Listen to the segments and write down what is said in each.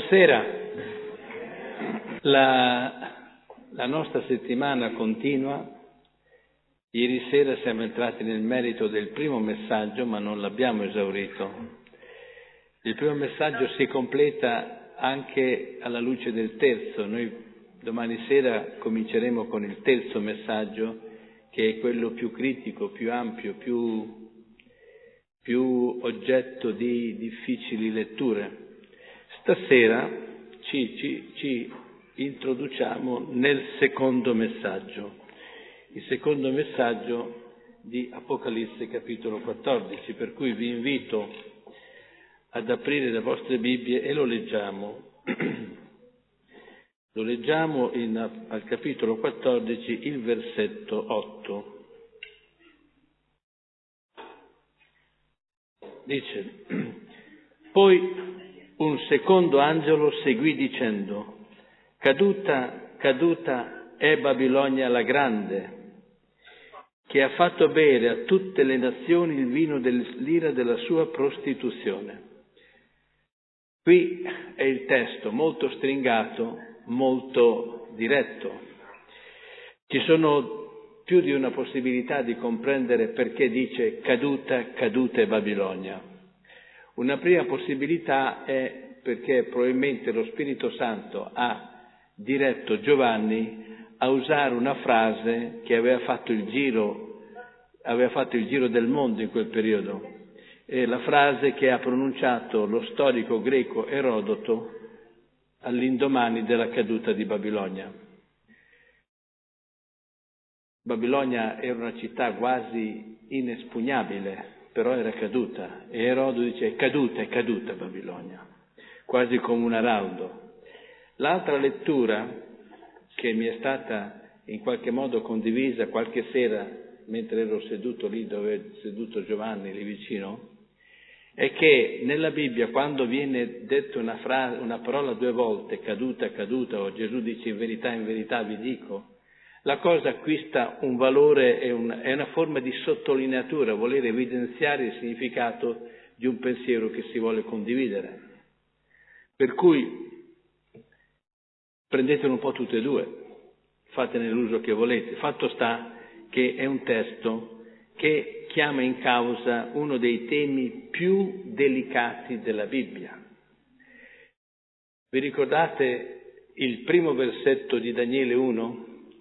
Buonasera. La nostra settimana continua. Ieri sera siamo entrati nel merito del primo messaggio, ma non l'abbiamo esaurito. Il primo messaggio si completa anche alla luce del terzo. Noi domani sera cominceremo con il terzo messaggio, che è quello più critico, più ampio, più oggetto di difficili letture. Stasera ci introduciamo nel secondo messaggio, il secondo messaggio di Apocalisse capitolo 14, per cui vi invito ad aprire le vostre Bibbie e lo leggiamo. Lo leggiamo al capitolo 14, il versetto 8. Dice: poi un secondo angelo seguì dicendo: caduta, caduta è Babilonia la grande, che ha fatto bere a tutte le nazioni il vino dell'ira della sua prostituzione. Qui è il testo molto stringato, molto diretto. Ci sono più di una possibilità di comprendere perché dice caduta, caduta è Babilonia. Una prima possibilità è perché probabilmente lo Spirito Santo ha diretto Giovanni a usare una frase che aveva fatto il giro del mondo in quel periodo. È la frase che ha pronunciato lo storico greco Erodoto all'indomani della caduta di Babilonia. Babilonia era una città quasi inespugnabile, però era caduta, e Erodoto dice è caduta Babilonia, quasi come un araldo. L'altra lettura che mi è stata in qualche modo condivisa qualche sera, mentre ero seduto lì dove è seduto Giovanni, lì vicino, è che nella Bibbia, quando viene detta una parola due volte, caduta, caduta, o Gesù dice in verità vi dico, la cosa acquista un valore, è una forma di sottolineatura, voler evidenziare il significato di un pensiero che si vuole condividere. Per cui prendetene un po' tutte e due, fatene l'uso che volete. Fatto sta che è un testo che chiama in causa uno dei temi più delicati della Bibbia. Vi ricordate il primo versetto di Daniele 1?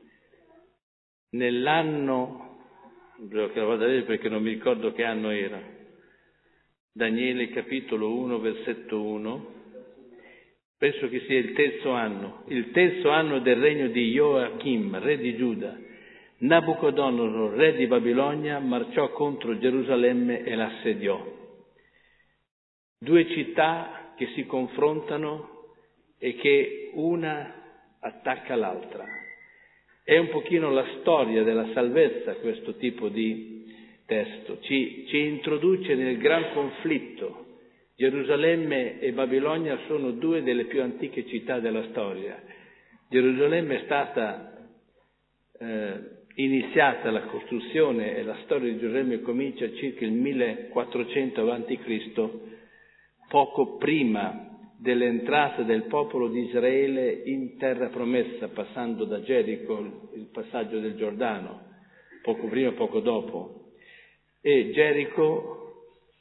Nell'anno, che lo vado a vedere perché non mi ricordo che anno era, Daniele capitolo 1 versetto 1, penso che sia il terzo anno del regno di Joachim, re di Giuda, Nabucodonosor, re di Babilonia, marciò contro Gerusalemme e l'assediò. Due città che si confrontano e che una attacca l'altra. È un pochino la storia della salvezza questo tipo di testo, ci introduce nel gran conflitto. Gerusalemme e Babilonia sono due delle più antiche città della storia. Gerusalemme è stata iniziata la costruzione e la storia di Gerusalemme comincia circa il 1400 a.C., poco prima dell'entrata del popolo di Israele in terra promessa, passando da Gerico, il passaggio del Giordano, poco prima e poco dopo. E Gerico,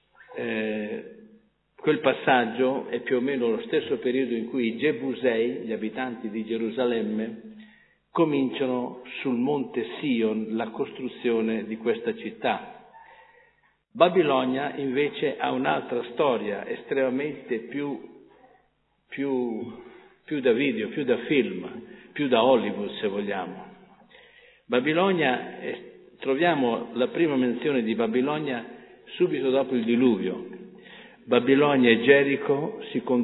quel passaggio è più o meno lo stesso periodo in cui i Gebusei, gli abitanti di Gerusalemme, cominciano sul monte Sion la costruzione di questa città. Babilonia invece ha un'altra storia, estremamente più da video, più da film, più da Hollywood se vogliamo. Babilonia, troviamo la prima menzione di Babilonia subito dopo il diluvio. Babilonia e Gerico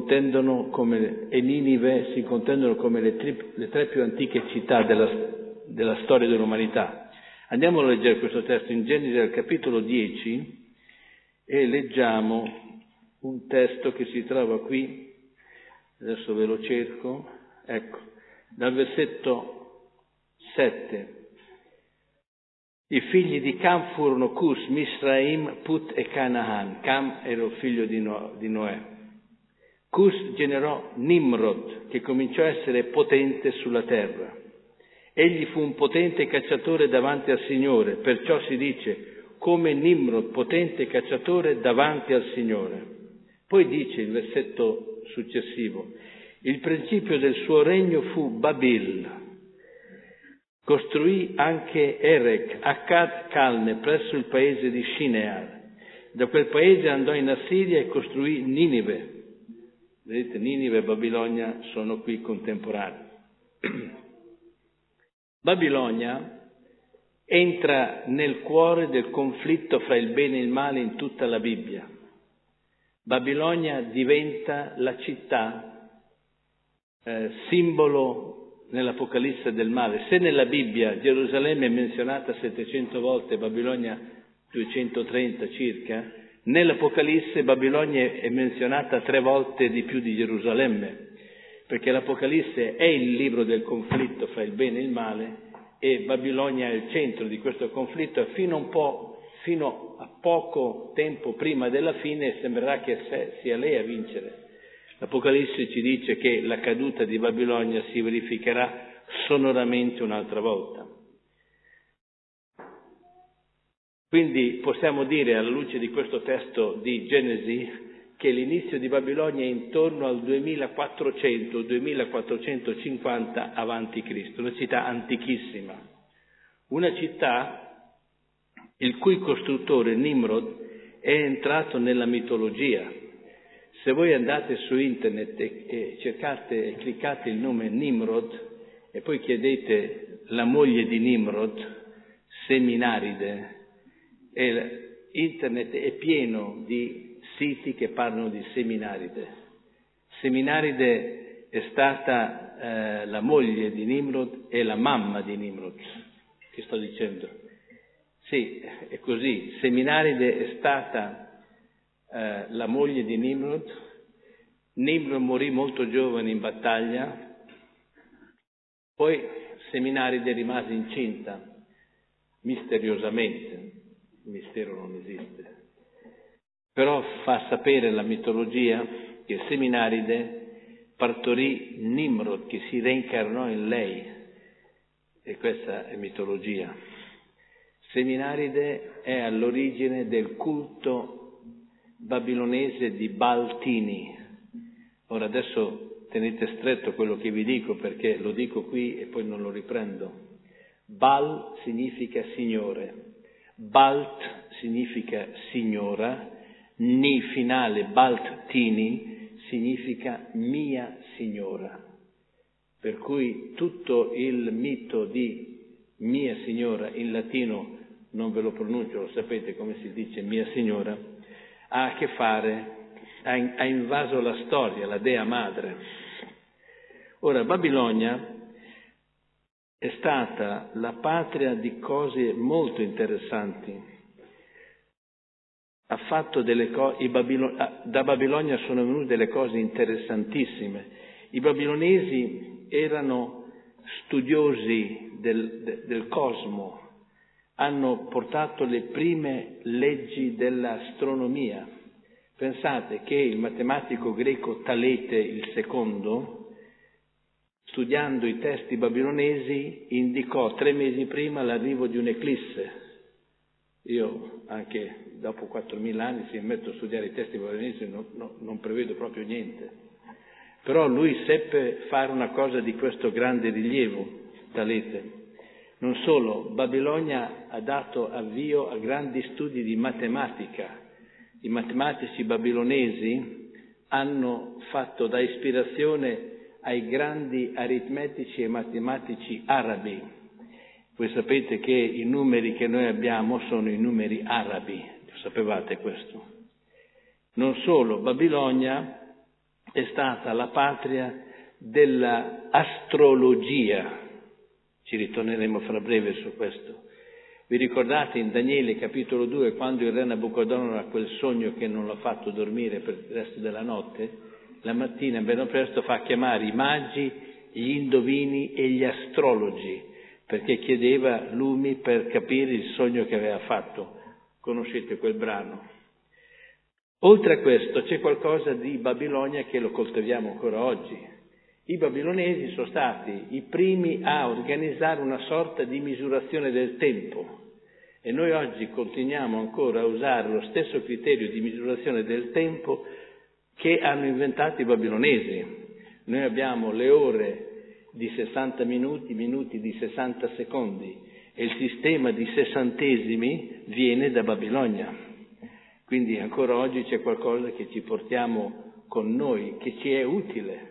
e Ninive si contendono come le tre più antiche città della storia dell'umanità. Andiamo a leggere questo testo in Genesi al capitolo 10 e leggiamo un testo che si trova qui. Adesso ve lo cerco, ecco, dal versetto 7. I figli di Cam furono Cus, Misraim, Put e Canaan. Cam era il figlio di Noè. Cus generò Nimrod, che cominciò a essere potente sulla terra. Egli fu un potente cacciatore davanti al Signore, perciò si dice come Nimrod, potente cacciatore davanti al Signore. Poi dice il versetto successivo, il principio del suo regno fu Babil. Costruì anche Erech, Akkad Calne, presso il paese di Shinear. Da quel paese andò in Assiria e costruì Ninive. Vedete, Ninive e Babilonia sono qui contemporanei. Babilonia entra nel cuore del conflitto fra il bene e il male in tutta la Bibbia. Babilonia diventa la città simbolo nell'Apocalisse del male. Se nella Bibbia Gerusalemme è menzionata 700 volte, Babilonia 230 circa, nell'Apocalisse Babilonia è menzionata 3 volte di più di Gerusalemme, perché l'Apocalisse è il libro del conflitto fra il bene e il male e Babilonia è il centro di questo conflitto e fino a poco tempo prima della fine sembrerà che sia lei a vincere. L'Apocalisse ci dice che la caduta di Babilonia si verificherà sonoramente un'altra volta. Quindi possiamo dire, alla luce di questo testo di Genesi, che l'inizio di Babilonia è intorno al 2400-2450 avanti Cristo, una città antichissima, una città il cui costruttore Nimrod è entrato nella mitologia. Se voi andate su internet e cercate e cliccate il nome Nimrod e poi chiedete la moglie di Nimrod, Seminaride, e internet è pieno di siti che parlano di Seminaride. Seminaride è stata la moglie di Nimrod e la mamma di Nimrod. Che sto dicendo? Sì, è così. Seminaride è stata la moglie di Nimrod. Nimrod morì molto giovane in battaglia. Poi Seminaride rimase incinta, misteriosamente. Il mistero non esiste. Però fa sapere la mitologia che Seminaride partorì Nimrod, che si reincarnò in lei. E questa è mitologia. Seminaride è all'origine del culto babilonese di Baltini. Ora adesso tenete stretto quello che vi dico perché lo dico qui e poi non lo riprendo. Bal significa signore. Balt significa signora, ni finale, Baltini, significa mia signora. Per cui tutto il mito di mia signora, in latino non ve lo pronuncio, lo sapete come si dice mia signora, ha a che fare, ha invaso la storia, la dea madre. Ora, Babilonia è stata la patria di cose molto interessanti. Ha fatto da Babilonia sono venute delle cose interessantissime. I babilonesi erano studiosi del cosmo, hanno portato le prime leggi dell'astronomia. Pensate che il matematico greco Talete il secondo, studiando i testi babilonesi, indicò 3 mesi prima l'arrivo di un'eclisse. Io, anche dopo 4.000 anni, se mi metto a studiare i testi babilonesi, non prevedo proprio niente. Però lui seppe fare una cosa di questo grande rilievo, Talete. Non solo, Babilonia ha dato avvio a grandi studi di matematica. I matematici babilonesi hanno fatto da ispirazione ai grandi aritmetici e matematici arabi. Voi sapete che i numeri che noi abbiamo sono i numeri arabi, lo sapevate questo? Non solo, Babilonia è stata la patria dell'astrologia. Ci ritorneremo fra breve su questo. Vi ricordate in Daniele capitolo 2 quando il re Nabucodonosor ha quel sogno che non l'ha fatto dormire per il resto della notte? La mattina ben presto fa chiamare i magi, gli indovini e gli astrologi, perché chiedeva lumi per capire il sogno che aveva fatto. Conoscete quel brano? Oltre a questo c'è qualcosa di Babilonia che lo coltiviamo ancora oggi. I babilonesi sono stati i primi a organizzare una sorta di misurazione del tempo e noi oggi continuiamo ancora a usare lo stesso criterio di misurazione del tempo che hanno inventato i babilonesi. Noi abbiamo le ore di 60 minuti, minuti di 60 secondi e il sistema di sessantesimi viene da Babilonia. Quindi ancora oggi c'è qualcosa che ci portiamo con noi, che ci è utile.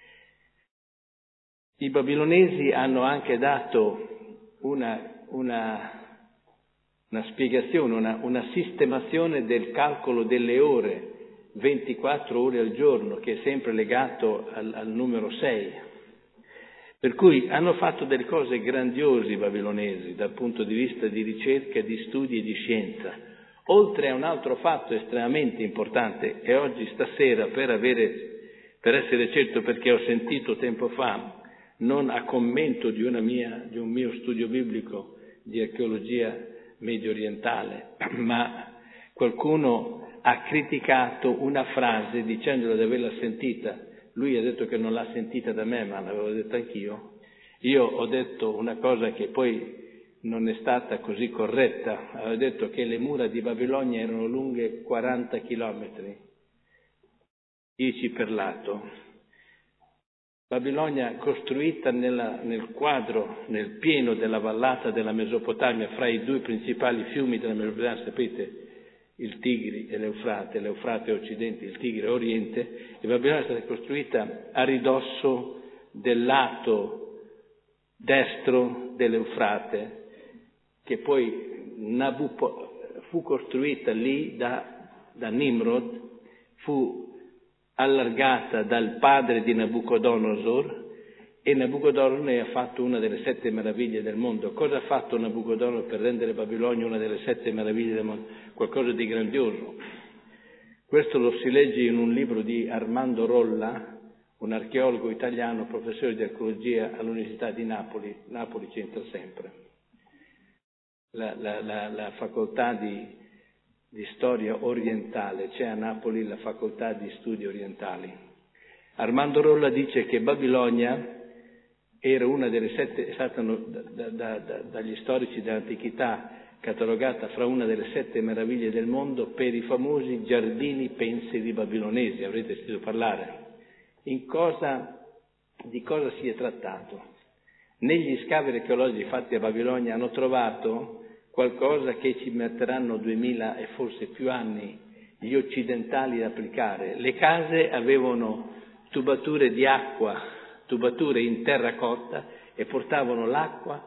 I babilonesi hanno anche dato una spiegazione, una sistemazione del calcolo delle ore, 24 ore al giorno, che è sempre legato al numero 6. Per cui hanno fatto delle cose grandiose i babilonesi dal punto di vista di ricerca, di studi e di scienza. Oltre a un altro fatto estremamente importante, che oggi stasera, per essere certo, perché ho sentito tempo fa, non a commento di un mio studio biblico di archeologia medio orientale, ma qualcuno ha criticato una frase dicendola di averla sentita. Lui ha detto che non l'ha sentita da me, ma l'avevo detto anch'io. Io ho detto una cosa che poi non è stata così corretta. Avevo detto che le mura di Babilonia erano lunghe 40 chilometri, 10 per lato. Babilonia costruita nel quadro, nel pieno della vallata della Mesopotamia, fra i due principali fiumi della Mesopotamia, sapete, il Tigri e l'Eufrate a occidente, il Tigri a oriente, e Babilonia è stata costruita a ridosso del lato destro dell'Eufrate, che poi fu costruita lì da Nimrod, fu allargata dal padre di Nabucodonosor, e Nabucodonosor ne ha fatto una delle 7 meraviglie del mondo. Cosa ha fatto Nabucodonosor per rendere Babilonia una delle 7 meraviglie del mondo? Qualcosa di grandioso. Questo lo si legge in un libro di Armando Rolla, un archeologo italiano, professore di archeologia all'Università di Napoli. Napoli c'entra sempre. La facoltà di storia orientale, c'è a Napoli la facoltà di studi orientali. Armando Rolla dice che Babilonia era una delle 7, è stata dagli storici dell'antichità catalogata fra una delle 7 meraviglie del mondo per i famosi giardini pensili babilonesi, avrete sentito parlare. Di cosa si è trattato? Negli scavi archeologici fatti a Babilonia hanno trovato qualcosa che ci metteranno 2000 e forse più anni gli occidentali ad applicare. Le case avevano tubature di acqua, tubature in terracotta, e portavano l'acqua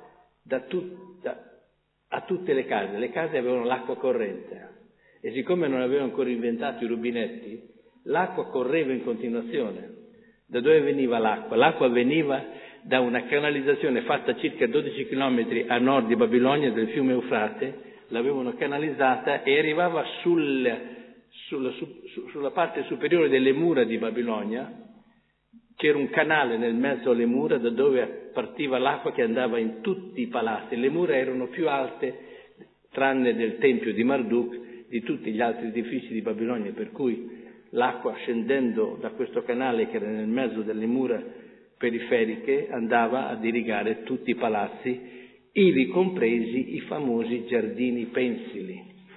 a tutte le case. Le case avevano l'acqua corrente e siccome non avevano ancora inventato i rubinetti, l'acqua correva in continuazione. Da dove veniva l'acqua? L'acqua veniva da una canalizzazione fatta circa 12 chilometri a nord di Babilonia, del fiume Eufrate. L'avevano canalizzata e arrivava sulla parte superiore delle mura di Babilonia. C'era un canale nel mezzo alle mura da dove partiva l'acqua che andava in tutti i palazzi. Le mura erano più alte, tranne del Tempio di Marduk, di tutti gli altri edifici di Babilonia, per cui l'acqua, scendendo da questo canale che era nel mezzo delle mura periferiche, andava ad irrigare tutti i palazzi, ivi compresi i famosi giardini pensili.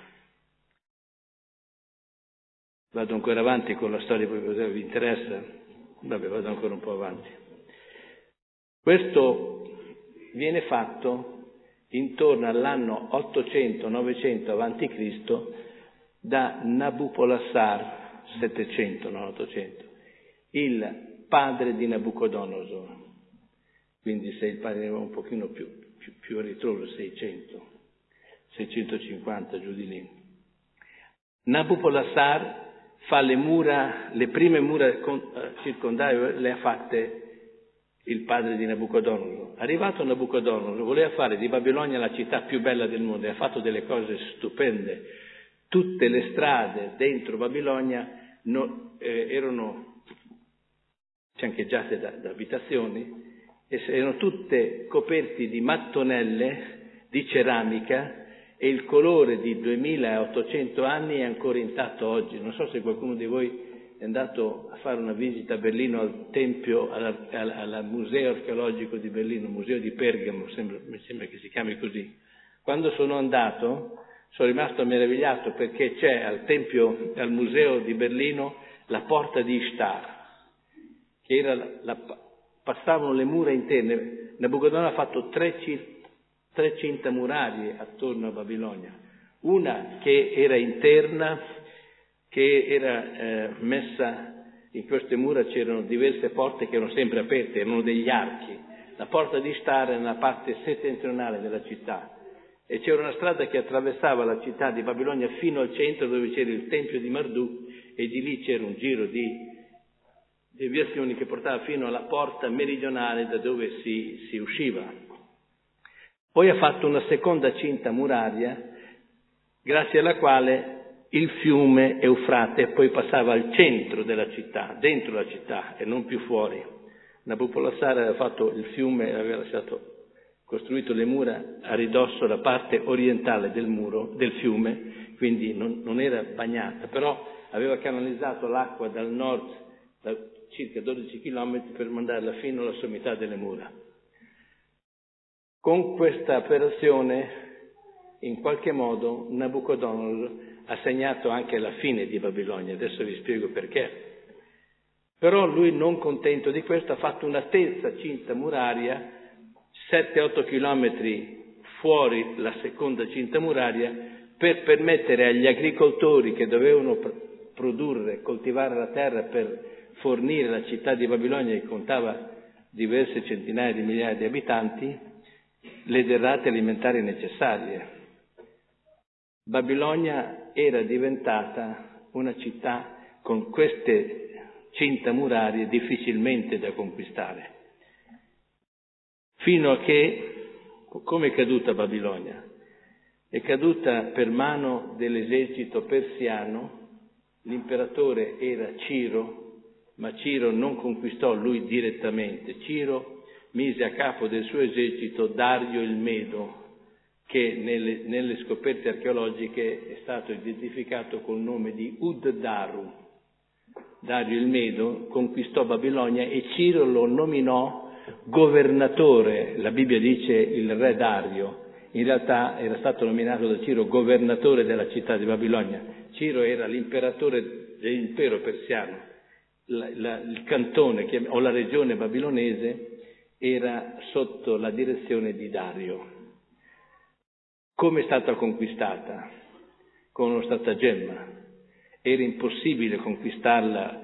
Vado ancora avanti con la storia, perché vi interessa? Vabbè, vado ancora un po' avanti. Questo viene fatto intorno all'anno 800-900 avanti Cristo da Nabopolassar, 700, non 800, il padre di Nabucodonosor. Quindi se il padre era un pochino più a ritroso, 650, giù di lì. Nabopolassar fa le prime mura circondarie le ha fatte il padre di Nabucodonosor. Arrivato Nabucodonosor, voleva fare di Babilonia la città più bella del mondo e ha fatto delle cose stupende. Tutte le strade dentro Babilonia erano fiancheggiate da abitazioni e erano tutte coperti di mattonelle di ceramica e il colore di 2800 anni è ancora intatto oggi. Non so se qualcuno di voi è andato a fare una visita a Berlino al Tempio, al Museo archeologico di Berlino, Museo di Pergamo, mi sembra che si chiami così. Quando sono andato sono rimasto meravigliato perché c'è al Tempio, al Museo di Berlino, la porta di Ishtar, che era passavano le mura interne. Nabucodonosor ha fatto tre cinta murarie attorno a Babilonia, una che era interna, che era messa in queste mura, c'erano diverse porte che erano sempre aperte, erano degli archi. La porta di Ishtar è nella parte settentrionale della città e c'era una strada che attraversava la città di Babilonia fino al centro, dove c'era il Tempio di Marduk, e di lì c'era un giro di deviazioni che portava fino alla porta meridionale da dove si usciva. Poi ha fatto una seconda cinta muraria, grazie alla quale il fiume Eufrate poi passava al centro della città, dentro la città e non più fuori. Nabopolassar aveva fatto il fiume, aveva costruito le mura a ridosso la parte orientale del fiume, quindi non era bagnata, però aveva canalizzato l'acqua dal nord da circa 12 chilometri per mandarla fino alla sommità delle mura. Con questa operazione, in qualche modo, Nabucodonosor ha segnato anche la fine di Babilonia. Adesso vi spiego perché. Però lui, non contento di questo, ha fatto una terza cinta muraria, 7-8 chilometri fuori la seconda cinta muraria, per permettere agli agricoltori che dovevano produrre, coltivare la terra per fornire la città di Babilonia, che contava diverse centinaia di migliaia di abitanti, le derrate alimentari necessarie. Babilonia era diventata una città con queste cinta murarie difficilmente da conquistare. Fino a che, come è caduta Babilonia? È caduta per mano dell'esercito persiano. L'imperatore era Ciro, ma Ciro non conquistò lui direttamente. Ciro mise a capo del suo esercito Dario il Medo, che nelle scoperte archeologiche è stato identificato col nome di Ud-Daru. Dario il Medo conquistò Babilonia e Ciro lo nominò governatore. La Bibbia dice il re Dario, in realtà era stato nominato da Ciro governatore della città di Babilonia. Ciro era l'imperatore dell'impero persiano, il cantone o la regione babilonese era sotto la direzione di Dario. Come è stata conquistata? Con uno stratagemma. Era impossibile conquistarla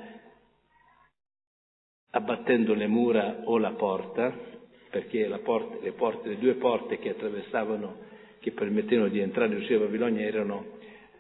abbattendo le mura o la porta, perché le due porte che attraversavano, che permettevano di entrare e uscire da Babilonia, erano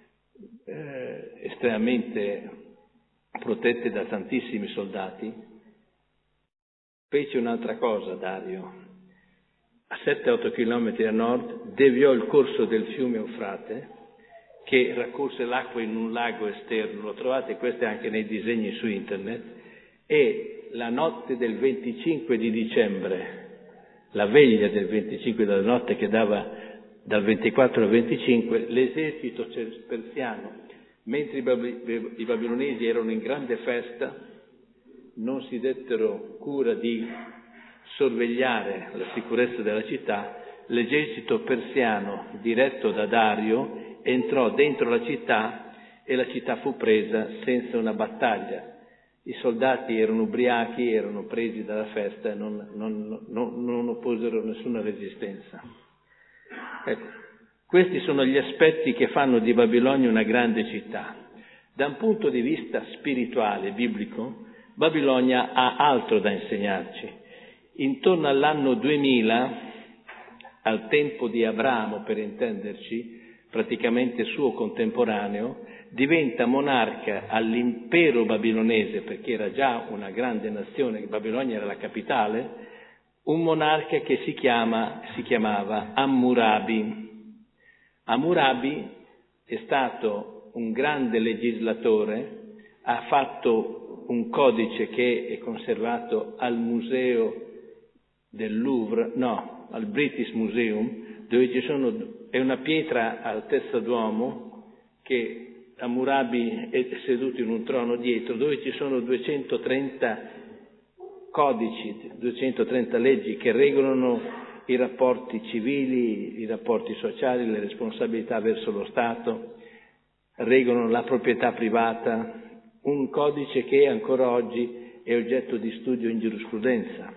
estremamente protette da tantissimi soldati. Fece un'altra cosa Dario. A 7-8 chilometri a nord deviò il corso del fiume Eufrate, che raccolse l'acqua in un lago esterno. Lo trovate questo anche nei disegni su internet. E la notte del 25 di dicembre, la veglia del 25 della notte che dava dal 24 al 25, l'esercito persiano, mentre i babilonesi erano in grande festa, non si dettero cura di sorvegliare la sicurezza della città. L'esercito persiano, diretto da Dario, entrò dentro la città e la città fu presa senza una battaglia. I soldati erano ubriachi, erano presi dalla festa e non opposero nessuna resistenza. Ecco, questi sono gli aspetti che fanno di Babilonia una grande città. Da un punto di vista spirituale, biblico, Babilonia ha altro da insegnarci. Intorno all'anno 2000, al tempo di Abramo per intenderci, praticamente suo contemporaneo, diventa monarca all'impero babilonese, perché era già una grande nazione, Babilonia era la capitale, un monarca che si chiamava Hammurabi. Hammurabi è stato un grande legislatore, ha fatto un codice che è conservato al museo del Louvre, al British Museum, dove ci sono è una pietra a altezza d'uomo che Hammurabi è seduto in un trono dietro, dove ci sono 230 codici, 230 leggi che regolano i rapporti civili, i rapporti sociali, le responsabilità verso lo Stato, regolano la proprietà privata, un codice che ancora oggi è oggetto di studio in giurisprudenza.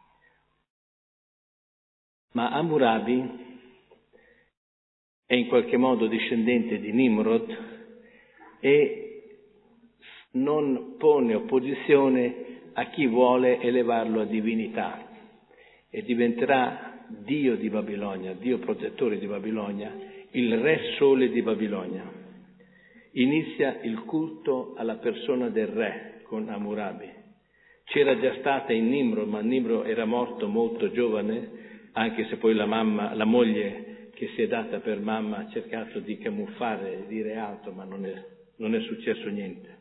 Ma Hammurabi è in qualche modo discendente di Nimrod e non pone opposizione a chi vuole elevarlo a divinità e diventerà Dio di Babilonia, Dio protettore di Babilonia, il Re Sole di Babilonia. Inizia il culto alla persona del re con Hammurabi. C'era già stata in Nimrod, ma Nimrod era morto molto giovane, anche se poi la moglie che si è data per mamma ha cercato di camuffare e dire altro, ma non è successo niente.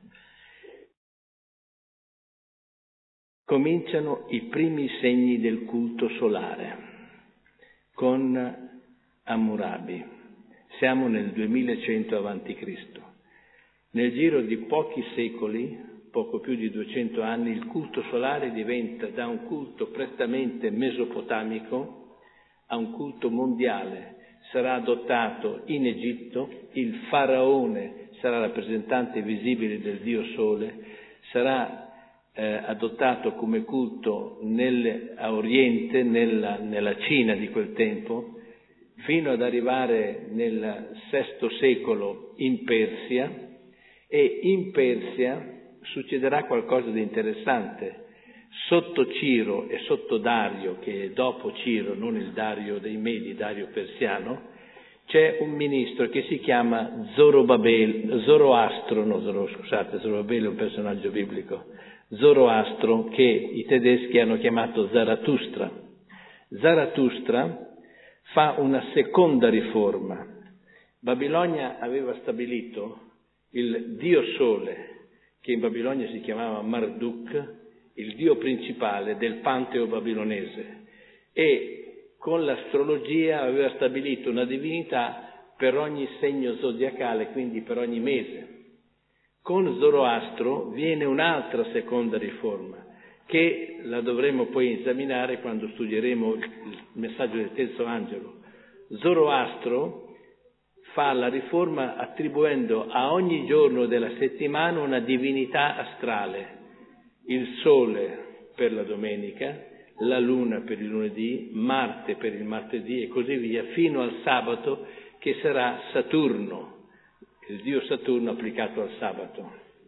Cominciano i primi segni del culto solare con Hammurabi. Siamo nel 2100 a.C. Nel giro di pochi secoli, poco più di 200 anni, il culto solare diventa da un culto prettamente mesopotamico a un culto mondiale. Sarà adottato in Egitto, il faraone sarà rappresentante visibile del dio Sole, sarà adottato come culto a Oriente, nella Cina di quel tempo, fino ad arrivare nel VI secolo in Persia, e in Persia succederà qualcosa di interessante. Sotto Ciro e sotto Dario, che è dopo Ciro, non il Dario dei Medi, Dario persiano, c'è un ministro che si chiama Zoroastro è un personaggio biblico, Zoroastro, che i tedeschi hanno chiamato Zarathustra. Zarathustra fa una seconda riforma. Babilonia aveva stabilito il dio Sole, che in Babilonia si chiamava Marduk, il dio principale del panteo babilonese, e con l'astrologia aveva stabilito una divinità per ogni segno zodiacale, quindi per ogni mese. Con Zoroastro viene un'altra seconda riforma, che la dovremo poi esaminare quando studieremo il messaggio del terzo angelo. Zoroastro fa la riforma attribuendo a ogni giorno della settimana una divinità astrale, il Sole per la domenica, la Luna per il lunedì, Marte per il martedì e così via, fino al sabato, che sarà Saturno, il dio Saturno applicato al sabato.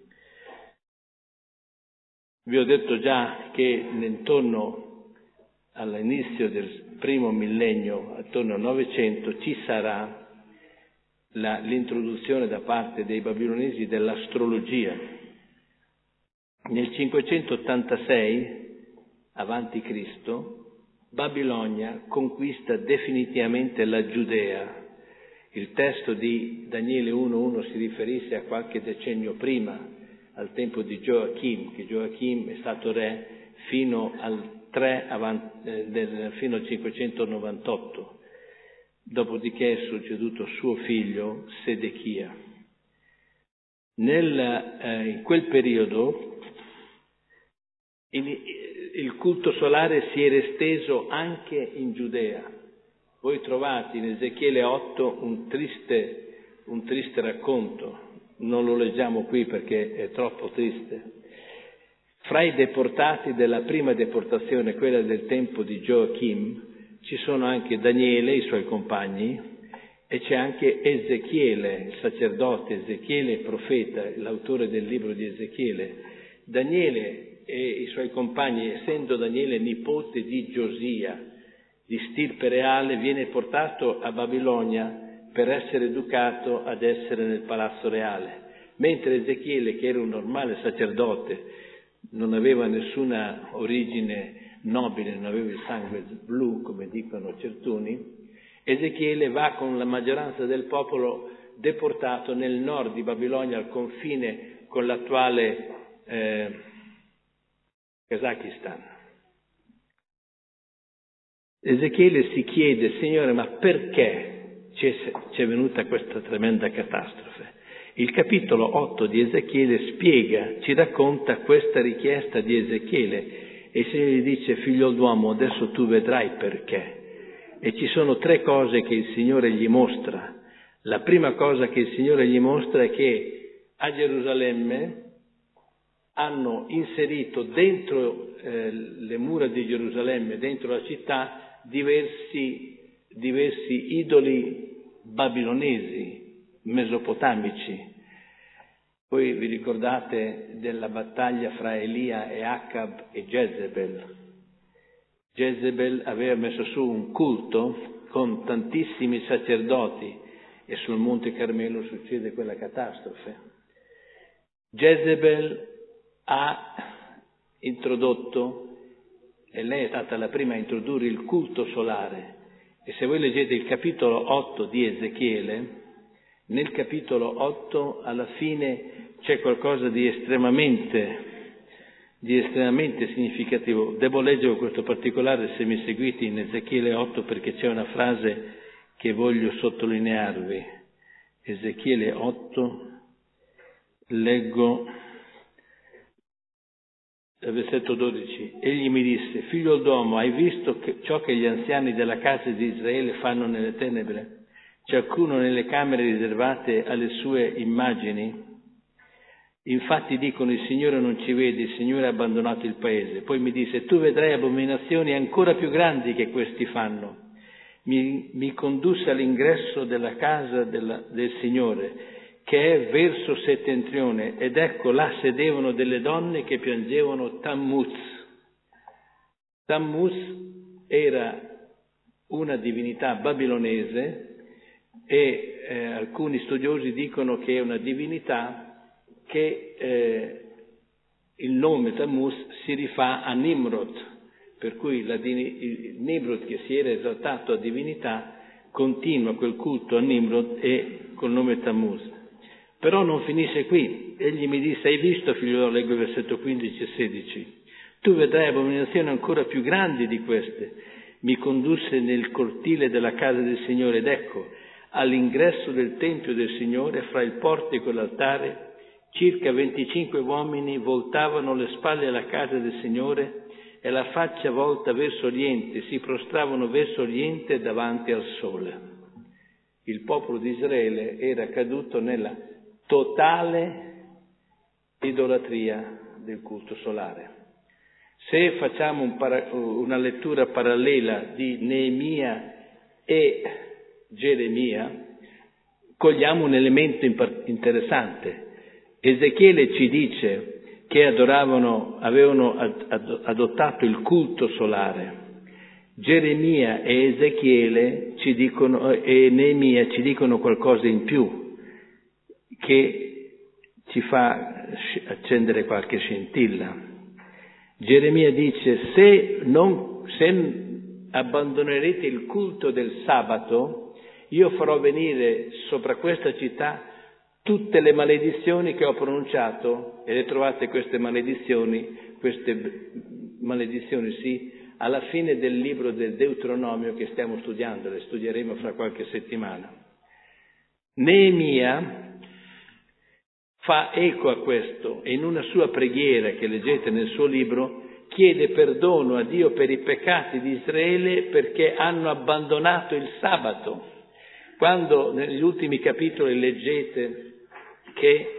Vi ho detto già che intorno all'inizio del primo millennio, attorno al 900, ci sarà l'introduzione da parte dei babilonesi dell'astrologia. Nel 586 avanti Cristo, Babilonia conquista definitivamente la Giudea. Il testo di Daniele 1:1 si riferisce a qualche decennio prima, al tempo di Gioachim, che Gioachim è stato re fino al 598. Dopodiché è succeduto suo figlio Sedechia. In quel periodo il culto solare si era esteso anche in Giudea. Voi trovate in Ezechiele 8 un triste racconto, non lo leggiamo qui perché è troppo triste. Fra i deportati della prima deportazione, quella del tempo di Gioachim, ci sono anche Daniele e i suoi compagni, e c'è anche Ezechiele, il sacerdote, Ezechiele profeta, l'autore del libro di Ezechiele. Daniele e i suoi compagni, essendo Daniele nipote di Giosia, di stirpe reale, viene portato a Babilonia per essere educato ad essere nel palazzo reale, mentre Ezechiele, che era un normale sacerdote, non aveva nessuna origine nobile, non aveva il sangue blu, come dicono certuni, Ezechiele va con la maggioranza del popolo deportato nel nord di Babilonia, al confine con l'attuale Kazakistan. Ezechiele si chiede: Signore, ma perché ci è venuta questa tremenda catastrofe. Il capitolo 8 di Ezechiele spiega, ci racconta questa richiesta di Ezechiele e il Signore gli dice: figlio d'uomo, adesso tu vedrai perché. E ci sono 3 cose che il Signore gli mostra. La prima cosa che il Signore gli mostra è che a Gerusalemme hanno inserito dentro le mura di Gerusalemme, dentro la città, diversi idoli babilonesi, mesopotamici. Voi vi ricordate della battaglia fra Elia e Acab e Jezebel? Jezebel aveva messo su un culto con tantissimi sacerdoti e sul Monte Carmelo succede quella catastrofe. Jezebel ha introdotto, e lei è stata la prima a introdurre il culto solare. E se voi leggete il capitolo 8 di Ezechiele, nel capitolo 8 alla fine c'è qualcosa di estremamente significativo. Devo leggere questo particolare, se mi seguite, in Ezechiele 8, perché c'è una frase che voglio sottolinearvi. Ezechiele 8, leggo versetto 12. Egli mi disse: figlio d'uomo, hai visto ciò che gli anziani della casa di Israele fanno nelle tenebre? Ciascuno nelle camere riservate alle sue immagini? Infatti dicono: il Signore non ci vede, il Signore ha abbandonato il paese. Poi mi disse: tu vedrai abominazioni ancora più grandi che questi fanno. Mi condusse all'ingresso della casa del Signore, che è verso settentrione, ed ecco là sedevano delle donne che piangevano Tammuz. Tammuz era una divinità babilonese e alcuni studiosi dicono che è una divinità che il nome Tammuz si rifà a Nimrod, per cui il Nimrod, che si era esaltato a divinità, continua quel culto a Nimrod e col nome Tammuz. Però non finisce qui. Egli mi disse: hai visto, figliolo, leggo il versetto 15 e 16, tu vedrai abominazioni ancora più grandi di queste. Mi condusse nel cortile della casa del Signore ed ecco, all'ingresso del Tempio del Signore, fra il portico e l'altare, circa 25 uomini voltavano le spalle alla casa del Signore e la faccia volta verso oriente, si prostravano verso oriente davanti al sole. Il popolo di Israele era caduto nella totale idolatria del culto solare. Se facciamo una lettura parallela di Neemia e Geremia, cogliamo un elemento interessante. Ezechiele ci dice che avevano adottato il culto solare. Geremia e Ezechiele ci dicono, e Neemia ci dicono qualcosa in più, che ci fa accendere qualche scintilla. Geremia dice: se abbandonerete il culto del sabato, io farò venire sopra questa città tutte le maledizioni che ho pronunciato, e le trovate queste maledizioni sì, alla fine del libro del Deuteronomio che stiamo studiando, le studieremo fra qualche settimana. Neemia fa eco a questo e in una sua preghiera che leggete nel suo libro chiede perdono a Dio per i peccati di Israele perché hanno abbandonato il sabato. Quando negli ultimi capitoli leggete che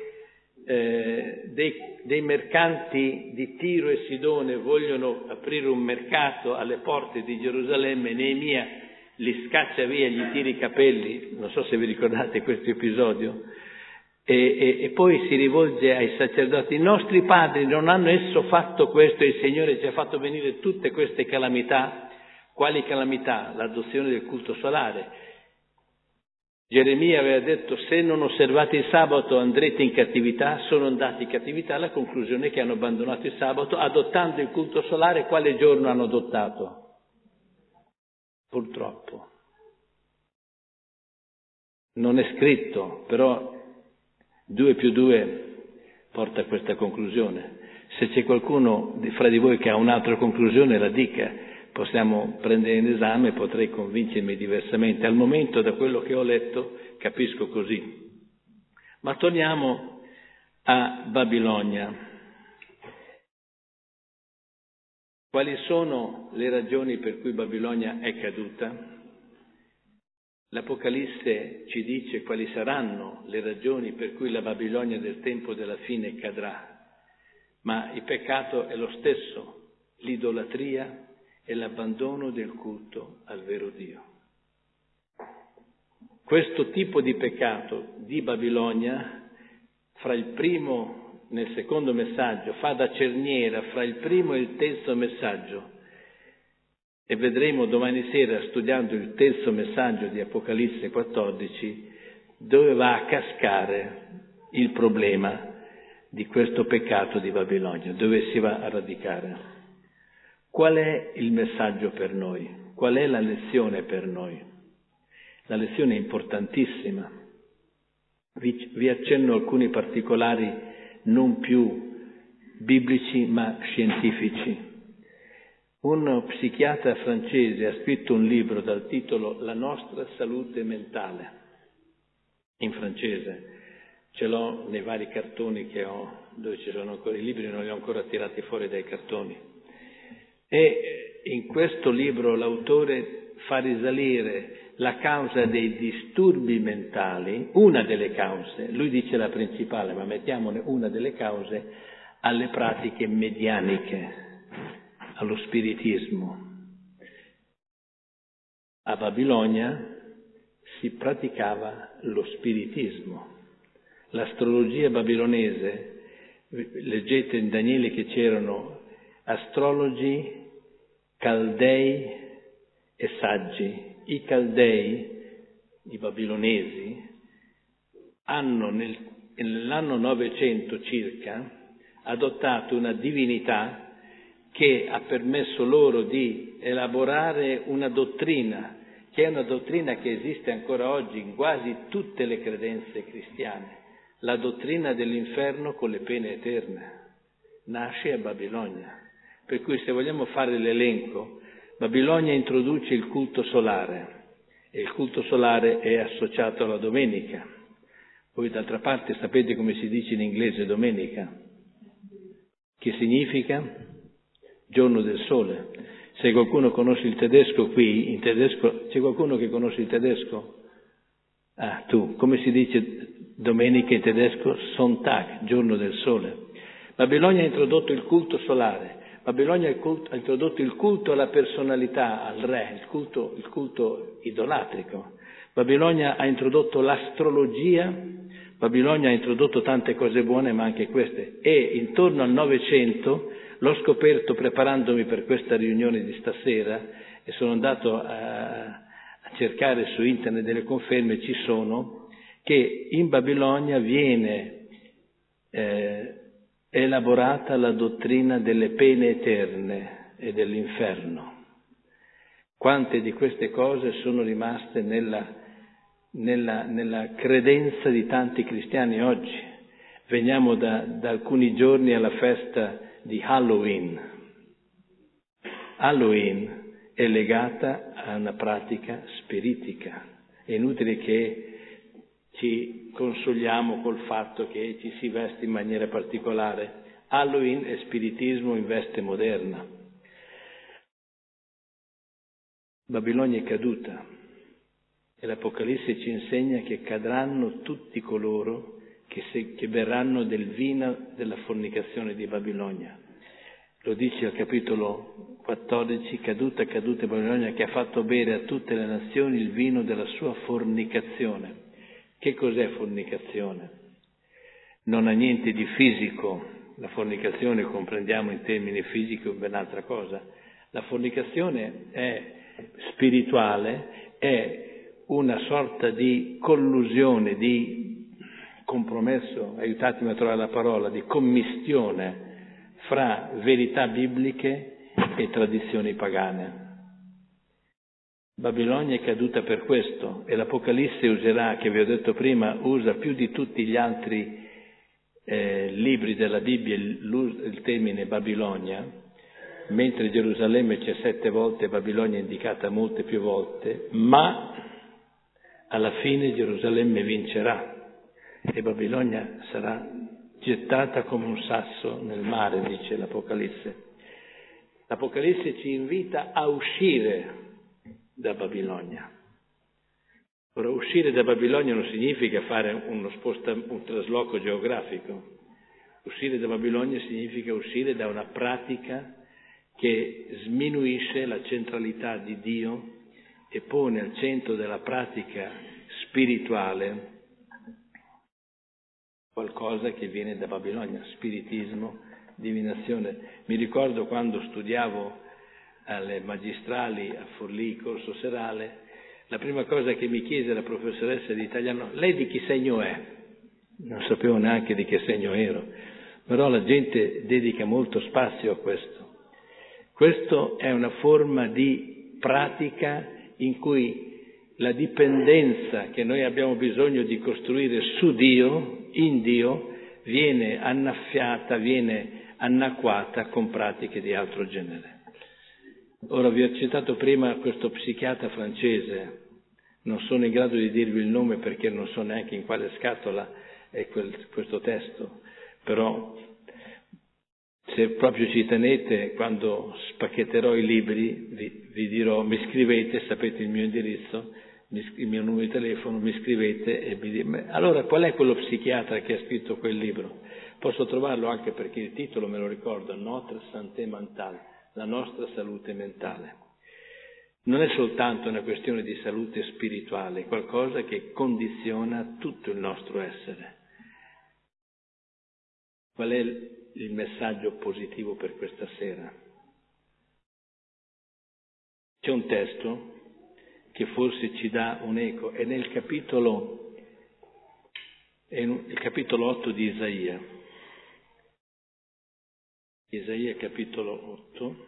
dei mercanti di Tiro e Sidone vogliono aprire un mercato alle porte di Gerusalemme, Neemia li scaccia via, gli tira i capelli, non so se vi ricordate questo episodio, e poi si rivolge ai sacerdoti: i nostri padri non hanno esso fatto questo e il Signore ci ha fatto venire tutte queste calamità. Quali calamità? L'adozione del culto solare. Geremia aveva detto: se non osservate il sabato andrete in cattività. Sono andati in cattività, la conclusione è che hanno abbandonato il sabato adottando il culto solare. Quale giorno hanno adottato? Purtroppo non è scritto, però 2 più 2 porta a questa conclusione. Se c'è qualcuno fra di voi che ha un'altra conclusione la dica, possiamo prendere in esame, potrei convincermi diversamente. Al momento, da quello che ho letto, capisco così. Ma torniamo a Babilonia. Quali sono le ragioni per cui Babilonia è caduta? L'Apocalisse ci dice quali saranno le ragioni per cui la Babilonia del tempo della fine cadrà, ma il peccato è lo stesso, l'idolatria e l'abbandono del culto al vero Dio. Questo tipo di peccato di Babilonia, fra il primo, nel secondo messaggio, fa da cerniera fra il primo e il terzo messaggio. E vedremo domani sera, studiando il terzo messaggio di Apocalisse 14, dove va a cascare il problema di questo peccato di Babilonia, dove si va a radicare. Qual è il messaggio per noi? Qual è la lezione per noi? La lezione è importantissima. Vi accenno alcuni particolari non più biblici ma scientifici. Un psichiatra francese ha scritto un libro dal titolo La nostra salute mentale, in francese. Ce l'ho nei vari cartoni che ho, dove ci sono ancora i libri, non li ho ancora tirati fuori dai cartoni. E in questo libro l'autore fa risalire la causa dei disturbi mentali, una delle cause, lui dice la principale, ma mettiamone una delle cause, alle pratiche medianiche, allo spiritismo. A Babilonia si praticava lo spiritismo. L'astrologia babilonese, leggete in Daniele che c'erano astrologi, caldei e saggi. I caldei, i babilonesi, hanno nell'anno 900 circa adottato una divinità che ha permesso loro di elaborare una dottrina, che è una dottrina che esiste ancora oggi in quasi tutte le credenze cristiane, la dottrina dell'inferno con le pene eterne. Nasce a Babilonia. Per cui se vogliamo fare l'elenco, Babilonia introduce il culto solare, e il culto solare è associato alla domenica. Voi d'altra parte sapete come si dice in inglese domenica? Che significa? Giorno del sole. Se qualcuno conosce il tedesco qui, in tedesco, c'è qualcuno che conosce il tedesco? Ah, tu, come si dice domenica in tedesco? Sonntag, giorno del sole. Babilonia ha introdotto il culto solare, Babilonia ha introdotto il culto alla personalità, al re, il culto idolatrico. Babilonia ha introdotto l'astrologia, Babilonia ha introdotto tante cose buone, ma anche queste. E intorno al 900, l'ho scoperto preparandomi per questa riunione di stasera, e sono andato a cercare su internet delle conferme, ci sono, che in Babilonia viene elaborata la dottrina delle pene eterne e dell'inferno. Quante di queste cose sono rimaste nella credenza di tanti cristiani oggi. Veniamo da alcuni giorni alla festa di Halloween. Halloween è legata a una pratica spiritica. È inutile che ci consoliamo col fatto che ci si veste in maniera particolare. Halloween è spiritismo in veste moderna. Babilonia è caduta e l'Apocalisse ci insegna che cadranno tutti coloro che berranno del vino della fornicazione di Babilonia. Lo dice al capitolo 14, caduta Babilonia, che ha fatto bere a tutte le nazioni il vino della sua fornicazione. Che cos'è fornicazione? Non ha niente di fisico, la fornicazione comprendiamo in termini fisici ben altra cosa. La fornicazione è spirituale, è una sorta di collusione, di compromesso, aiutatemi a trovare la parola, di commistione fra verità bibliche e tradizioni pagane. Babilonia è caduta per questo, e l'Apocalisse userà, che vi ho detto prima, usa più di tutti gli altri libri della Bibbia il termine Babilonia, mentre Gerusalemme c'è 7 volte, Babilonia è indicata molte più volte, ma alla fine Gerusalemme vincerà e Babilonia sarà gettata come un sasso nel mare, dice l'Apocalisse. L'Apocalisse ci invita a uscire da Babilonia. Ora, uscire da Babilonia non significa fare un trasloco geografico. Uscire da Babilonia significa uscire da una pratica che sminuisce la centralità di Dio e pone al centro della pratica spirituale qualcosa che viene da Babilonia, spiritismo, divinazione. Mi ricordo quando studiavo alle magistrali a Forlì, corso serale, la prima cosa che mi chiese la professoressa di italiano: lei di che segno è? Non sapevo neanche di che segno ero, però la gente dedica molto spazio a questo. Questo è una forma di pratica in cui la dipendenza che noi abbiamo bisogno di costruire su Dio, in Dio, viene annaffiata, viene anacquata con pratiche di altro genere. Ora vi ho citato prima questo psichiatra francese, non sono in grado di dirvi il nome perché non so neanche in quale scatola è questo testo, però se proprio ci tenete, quando spacchetterò i libri vi dirò, mi scrivete, sapete il mio indirizzo, il mio numero di telefono, mi scrivete e mi dite: allora qual è quello psichiatra che ha scritto quel libro? Posso trovarlo anche perché il titolo me lo ricordo, Notre Santé Mentale, la nostra salute mentale. Non è soltanto una questione di salute spirituale, è qualcosa che condiziona tutto il nostro essere. Qual è il messaggio positivo per questa sera? C'è un testo che forse ci dà un eco, è il capitolo 8 di Isaia. Isaia capitolo 8.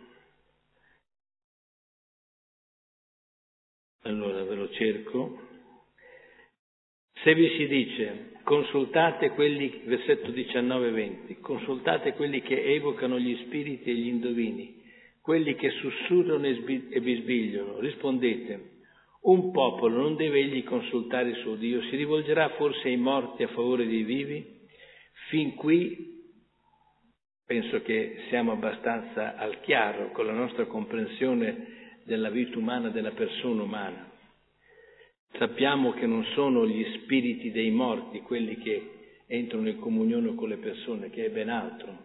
Allora ve lo cerco. Se vi si dice, consultate quelli, versetto 19-20, consultate quelli che evocano gli spiriti e gli indovini, quelli che sussurrano e bisbigliano, rispondete: un popolo non deve egli consultare il suo Dio? Si rivolgerà forse ai morti a favore dei vivi? Fin qui penso che siamo abbastanza al chiaro con la nostra comprensione della vita umana, della persona umana. Sappiamo che non sono gli spiriti dei morti quelli che entrano in comunione con le persone, che è ben altro.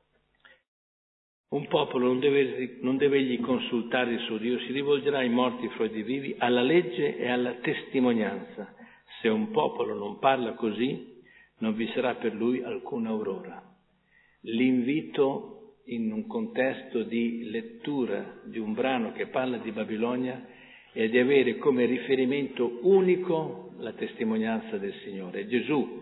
Un popolo non deve egli consultare il suo Dio, si rivolgerà ai morti fra i vivi, alla legge e alla testimonianza. Se un popolo non parla così, non vi sarà per lui alcuna aurora. L'invito in un contesto di lettura di un brano che parla di Babilonia è di avere come riferimento unico la testimonianza del Signore. Gesù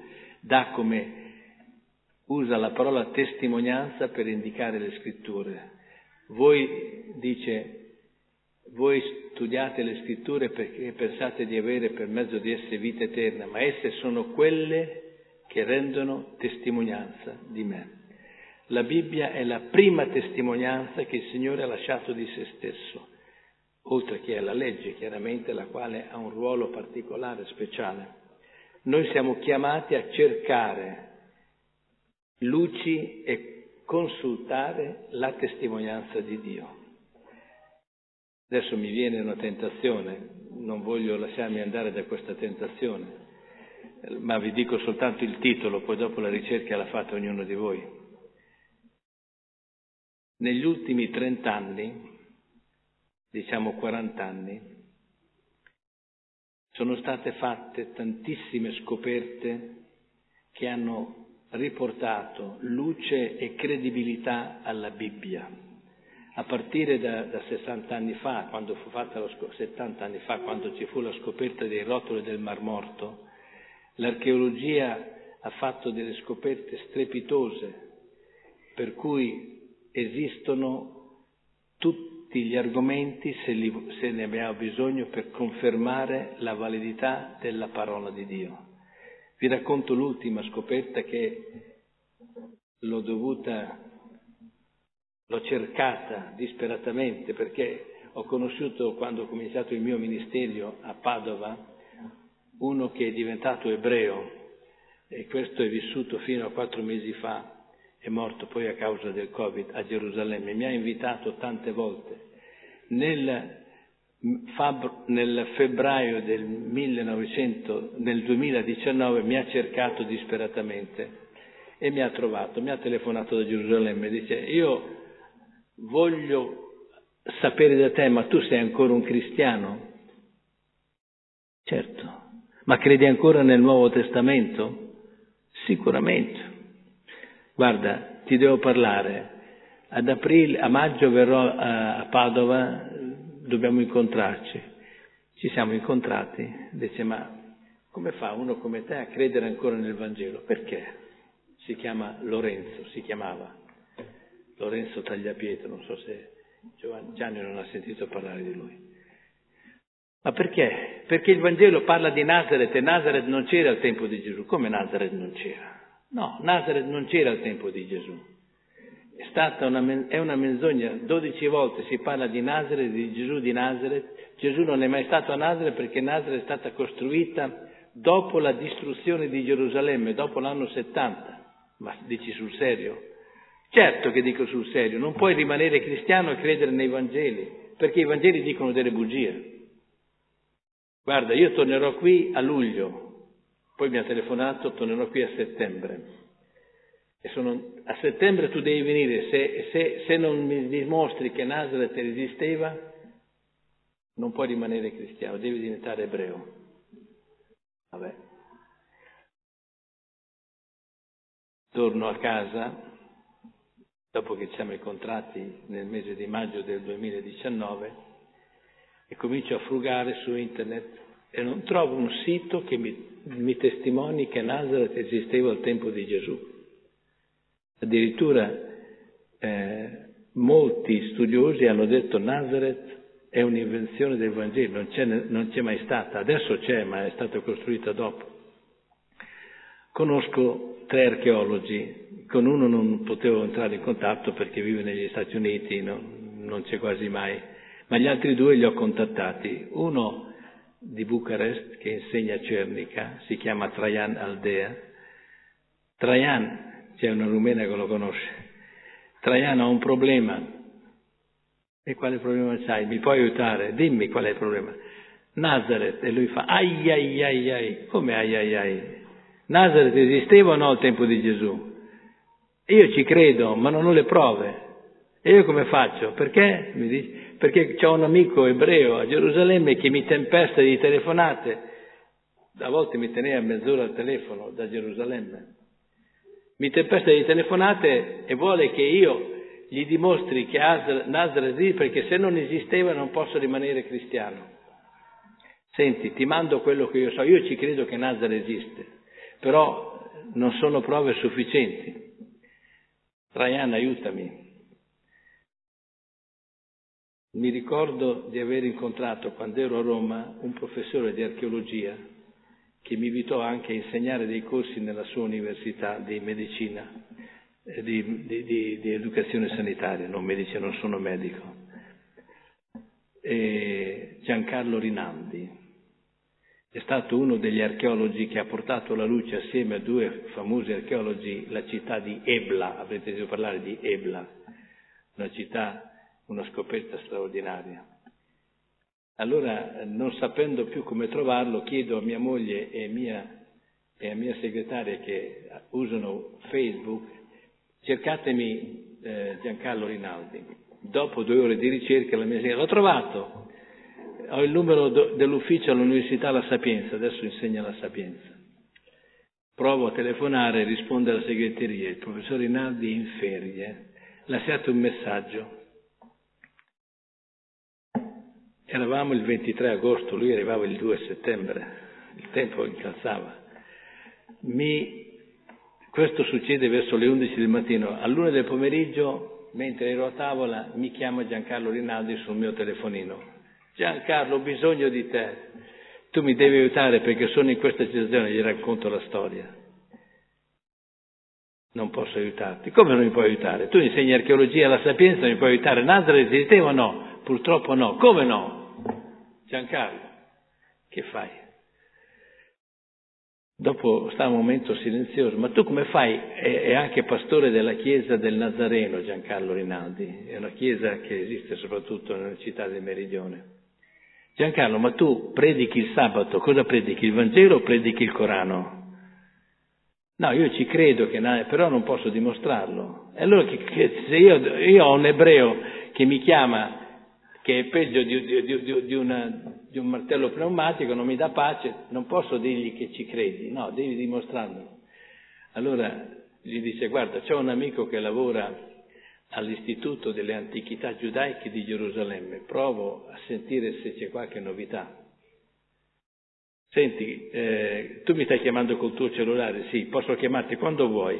usa la parola testimonianza per indicare le scritture. Voi studiate le scritture perché pensate di avere per mezzo di esse vita eterna, ma esse sono quelle che rendono testimonianza di me. La Bibbia è la prima testimonianza che il Signore ha lasciato di se stesso, oltre che alla legge, chiaramente, la quale ha un ruolo particolare, speciale. Noi siamo chiamati a cercare luci e consultare la testimonianza di Dio. Adesso mi viene una tentazione, non voglio lasciarmi andare da questa tentazione, ma vi dico soltanto il titolo, poi dopo la ricerca la fate ognuno di voi. Negli ultimi 30 anni, diciamo 40 anni, sono state fatte tantissime scoperte che hanno riportato luce e credibilità alla Bibbia. A partire da 60 anni fa, quando fu fatta 70 anni fa, quando ci fu la scoperta dei rotoli del Mar Morto, l'archeologia ha fatto delle scoperte strepitose, per cui esistono tutti gli argomenti, se ne abbiamo bisogno, per confermare la validità della parola di Dio. Vi racconto l'ultima scoperta che l'ho dovuta L'ho cercata disperatamente perché ho conosciuto, quando ho cominciato il mio ministero a Padova, uno che è diventato ebreo, e questo è vissuto fino a 4 mesi fa, è morto poi a causa del Covid a Gerusalemme. Mi ha invitato tante volte. Nel febbraio del 2019 mi ha cercato disperatamente e mi ha trovato, mi ha telefonato da Gerusalemme, dice: io voglio sapere da te, ma tu sei ancora un cristiano? Certo. Ma credi ancora nel Nuovo Testamento? Sicuramente. Guarda, ti devo parlare. A maggio verrò a Padova, dobbiamo incontrarci. Ci siamo incontrati. Dice: ma come fa uno come te a credere ancora nel Vangelo? Perché? Si chiama Lorenzo, si chiamava Lorenzo Tagliapietro, non so se Gianni non ha sentito parlare di lui. Ma perché? Perché il Vangelo parla di Nazaret e Nazaret non c'era al tempo di Gesù. Come Nazaret non c'era? No, Nazaret non c'era al tempo di Gesù. È una menzogna. 12 volte si parla di Nazaret, di Gesù di Nazaret. Gesù non è mai stato a Nazaret perché Nazaret è stata costruita dopo la distruzione di Gerusalemme, dopo l'anno 70. Ma dici sul serio? Certo che dico sul serio. Non puoi rimanere cristiano e credere nei Vangeli, perché i Vangeli dicono delle bugie. Guarda, io tornerò qui a luglio, poi mi ha telefonato, tornerò qui a settembre. A settembre tu devi venire, se non mi dimostri che Nazaret esisteva, non puoi rimanere cristiano, devi diventare ebreo. Vabbè. Torno a casa, dopo che ci siamo incontrati nel mese di maggio del 2019, e comincio a frugare su internet e non trovo un sito che mi testimoni che Nazaret esisteva al tempo di Gesù. Addirittura molti studiosi hanno detto Nazaret è un'invenzione del Vangelo, non c'è mai stata, adesso c'è, ma è stata costruita dopo. Conosco 3 archeologi, con uno non potevo entrare in contatto perché vive negli Stati Uniti, non c'è quasi mai, ma gli altri 2 li ho contattati. Uno di Bucarest, che insegna a Cernica, si chiama Traian Aldea. Traian, c'è una rumena che lo conosce. Traian ha un problema. E quale problema c'hai? Mi puoi aiutare? Dimmi qual è il problema. Nazaret. E lui fa ai ai ai ai. Come ai ai ai? Nazaret esisteva o no al tempo di Gesù? Io ci credo, ma non ho le prove. E io come faccio? Perché? Mi dice, perché c'ho un amico ebreo a Gerusalemme che mi tempesta di telefonate. A volte mi teneva mezz'ora al telefono da Gerusalemme. Mi tempesta di telefonate e vuole che io gli dimostri che Nazaret esiste, perché se non esisteva non posso rimanere cristiano. Senti, ti mando quello che io so. Io ci credo che Nazaret esiste, però non sono prove sufficienti. Traian, aiutami. Mi ricordo di aver incontrato, quando ero a Roma, un professore di archeologia che mi invitò anche a insegnare dei corsi nella sua università di medicina, di educazione sanitaria, non medicina, non sono medico. Giancarlo Rinaldi è stato uno degli archeologi che ha portato alla luce, assieme a 2 famosi archeologi, la città di Ebla. Avrete sentito parlare di Ebla, una città, una scoperta straordinaria. Allora, non sapendo più come trovarlo, chiedo a mia moglie e a mia segretaria che usano Facebook: cercatemi Giancarlo Rinaldi. Dopo 2 ore di ricerca la mia segretaria: l'ho trovato, ho il numero dell'ufficio all'Università La Sapienza, adesso insegna La Sapienza. Provo a telefonare, risponde alla segreteria: il professor Rinaldi è in ferie, lasciate un messaggio. Eravamo il 23 agosto, lui arrivava il 2 settembre, il tempo incalzava. Questo succede verso le 11 del mattino. All'1 del pomeriggio, mentre ero a tavola, mi chiama Giancarlo Rinaldi sul mio telefonino. Giancarlo, ho bisogno di te. Tu mi devi aiutare perché sono in questa situazione, gli racconto la storia. Non posso aiutarti. Come non mi puoi aiutare? Tu insegni archeologia alla Sapienza, non mi puoi aiutare? Nazareth esisteva o no? Purtroppo no. Come no? Giancarlo, che fai? Dopo sta un momento silenzioso. Ma tu come fai? È anche pastore della chiesa del Nazareno, Giancarlo Rinaldi. È una chiesa che esiste soprattutto nelle città del Meridione. Giancarlo, ma tu predichi il sabato, cosa predichi? Il Vangelo o predichi il Corano? No, io ci credo, però non posso dimostrarlo. E allora se io ho un ebreo che mi chiama, che è peggio di un martello pneumatico, non mi dà pace, non posso dirgli che ci credi, no, devi dimostrarlo. Allora gli dice, guarda, c'è un amico che lavora all'Istituto delle Antichità Giudaiche di Gerusalemme, provo a sentire se c'è qualche novità. Senti, tu mi stai chiamando col tuo cellulare? Sì, posso chiamarti quando vuoi.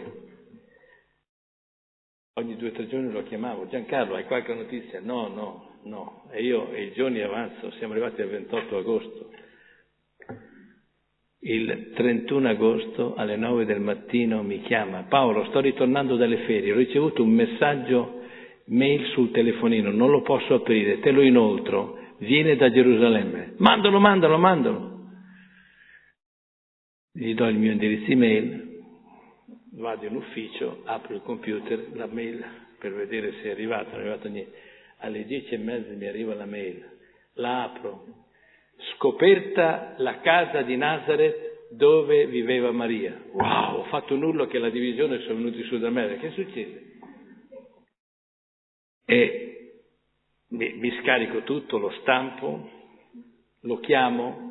Ogni 2 o 3 giorni lo chiamavo. Giancarlo, hai qualche notizia? No. E i giorni avanzano, siamo arrivati al 28 agosto. Il 31 agosto alle 9 del mattino mi chiama. Paolo, sto ritornando dalle ferie, ho ricevuto un messaggio mail sul telefonino, non lo posso aprire, te lo inoltro, viene da Gerusalemme. Mandalo. Gli do il mio indirizzo email, vado in ufficio, apro il computer, la mail per vedere se è arrivata, non è arrivato niente. Alle 10:30 mi arriva la mail, la apro, scoperta la casa di Nazareth dove viveva Maria. Wow, ho fatto un urlo che la divisione sono venuti su da me, che succede? E mi scarico tutto, lo stampo, lo chiamo.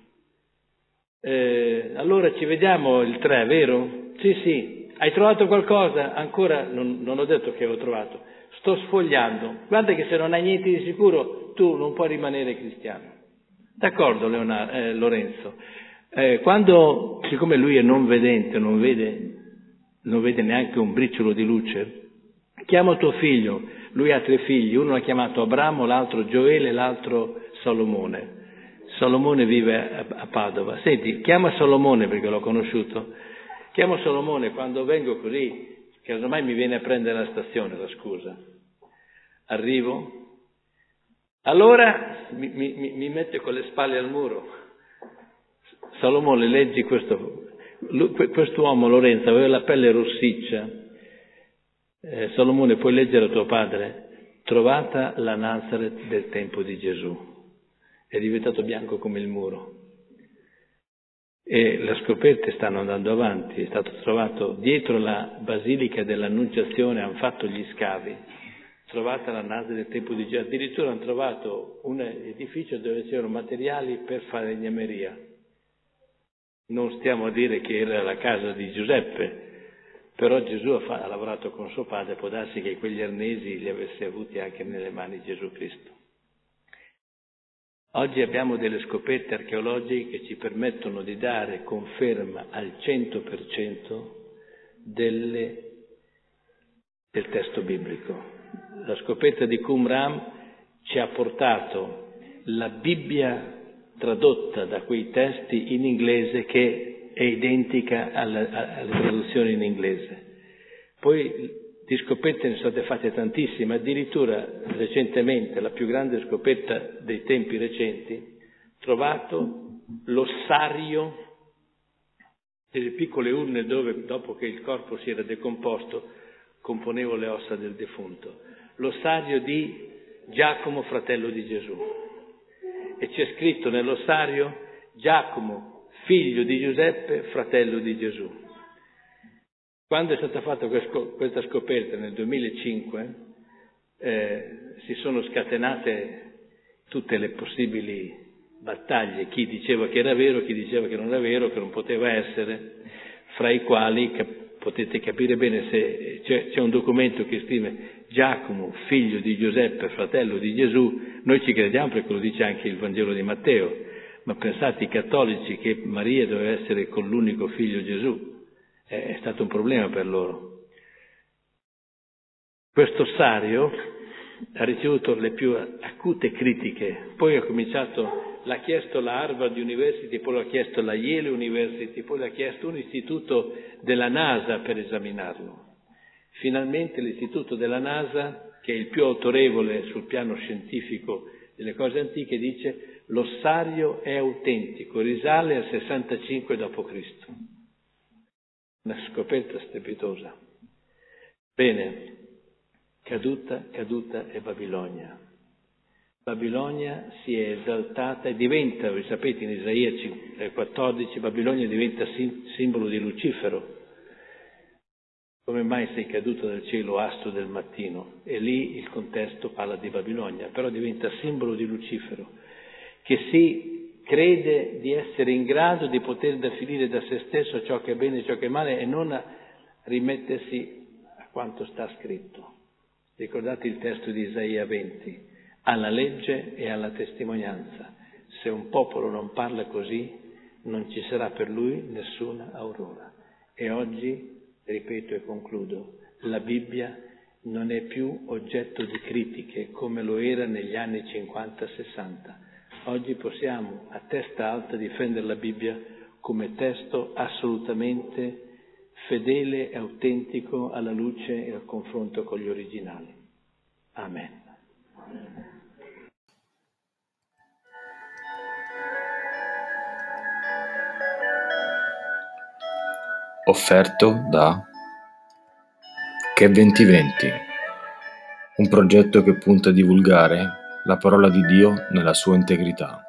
Allora ci vediamo il 3, vero? Sì. Hai trovato qualcosa? Ancora non ho detto che ho trovato. Sto sfogliando. Guarda che se non hai niente di sicuro tu non puoi rimanere cristiano. D'accordo, Lorenzo. Siccome lui è non vedente, non vede neanche un briciolo di luce, chiama tuo figlio. Lui ha 3 figli, uno l'ha chiamato Abramo, l'altro Gioele, l'altro Salomone. Salomone vive a Padova. Senti, chiama Salomone perché l'ho conosciuto. Chiamo Salomone quando vengo così, che ormai mi viene a prendere alla stazione, la scusa. Arrivo. Allora mi mette con le spalle al muro. Salomone, leggi quest'uomo, Lorenzo, aveva la pelle rossiccia. Salomone, puoi leggere a tuo padre? Trovata la Nazareth del tempo di Gesù. È diventato bianco come il muro. E le scoperte stanno andando avanti, è stato trovato dietro la Basilica dell'Annunciazione, hanno fatto gli scavi, trovata la Nazareth del tempo di Gesù, addirittura hanno trovato un edificio dove c'erano materiali per falegnameria. Non stiamo a dire che era la casa di Giuseppe, però Gesù ha lavorato con suo padre, può darsi che quegli arnesi li avesse avuti anche nelle mani di Gesù Cristo. Oggi abbiamo delle scoperte archeologiche che ci permettono di dare conferma al 100% del testo biblico. La scoperta di Qumran ci ha portato la Bibbia tradotta da quei testi in inglese che è identica alle traduzioni in inglese. Poi di scoperte ne sono state fatte tantissime, addirittura recentemente, la più grande scoperta dei tempi recenti, trovato l'ossario delle piccole urne dove, dopo che il corpo si era decomposto, componevo le ossa del defunto. L'ossario di Giacomo, fratello di Gesù. E c'è scritto nell'ossario Giacomo, figlio di Giuseppe, fratello di Gesù. Quando è stata fatta questa scoperta nel 2005, si sono scatenate tutte le possibili battaglie, chi diceva che era vero, chi diceva che non era vero, che non poteva essere, fra i quali potete capire bene se c'è un documento che scrive Giacomo, figlio di Giuseppe, fratello di Gesù, noi ci crediamo perché lo dice anche il Vangelo di Matteo, ma pensate i cattolici che Maria doveva essere con l'unico figlio Gesù. È stato un problema per loro. Questo ossario ha ricevuto le più acute critiche, poi l'ha chiesto la Harvard University, poi l'ha chiesto la Yale University, poi l'ha chiesto un istituto della NASA per esaminarlo. Finalmente l'istituto della NASA, che è il più autorevole sul piano scientifico delle cose antiche, dice: l'ossario è autentico, risale al 65 d.C. Una scoperta strepitosa. Bene, caduta è Babilonia. Babilonia si è esaltata e diventa, voi sapete, in Isaia 14, Babilonia diventa simbolo di Lucifero. Come mai sei caduto dal cielo, astro del mattino? E lì il contesto parla di Babilonia, però diventa simbolo di Lucifero, che si crede di essere in grado di poter definire da se stesso ciò che è bene e ciò che è male e non rimettersi a quanto sta scritto. Ricordate il testo di Isaia 20, alla legge e alla testimonianza. Se un popolo non parla così, non ci sarà per lui nessuna aurora. E oggi, ripeto e concludo, la Bibbia non è più oggetto di critiche come lo era negli anni 50-60. Oggi possiamo a testa alta difendere la Bibbia come testo assolutamente fedele e autentico alla luce e al confronto con gli originali. Amen. Offerto da Che 2020, un progetto che punta a divulgare la parola di Dio nella sua integrità.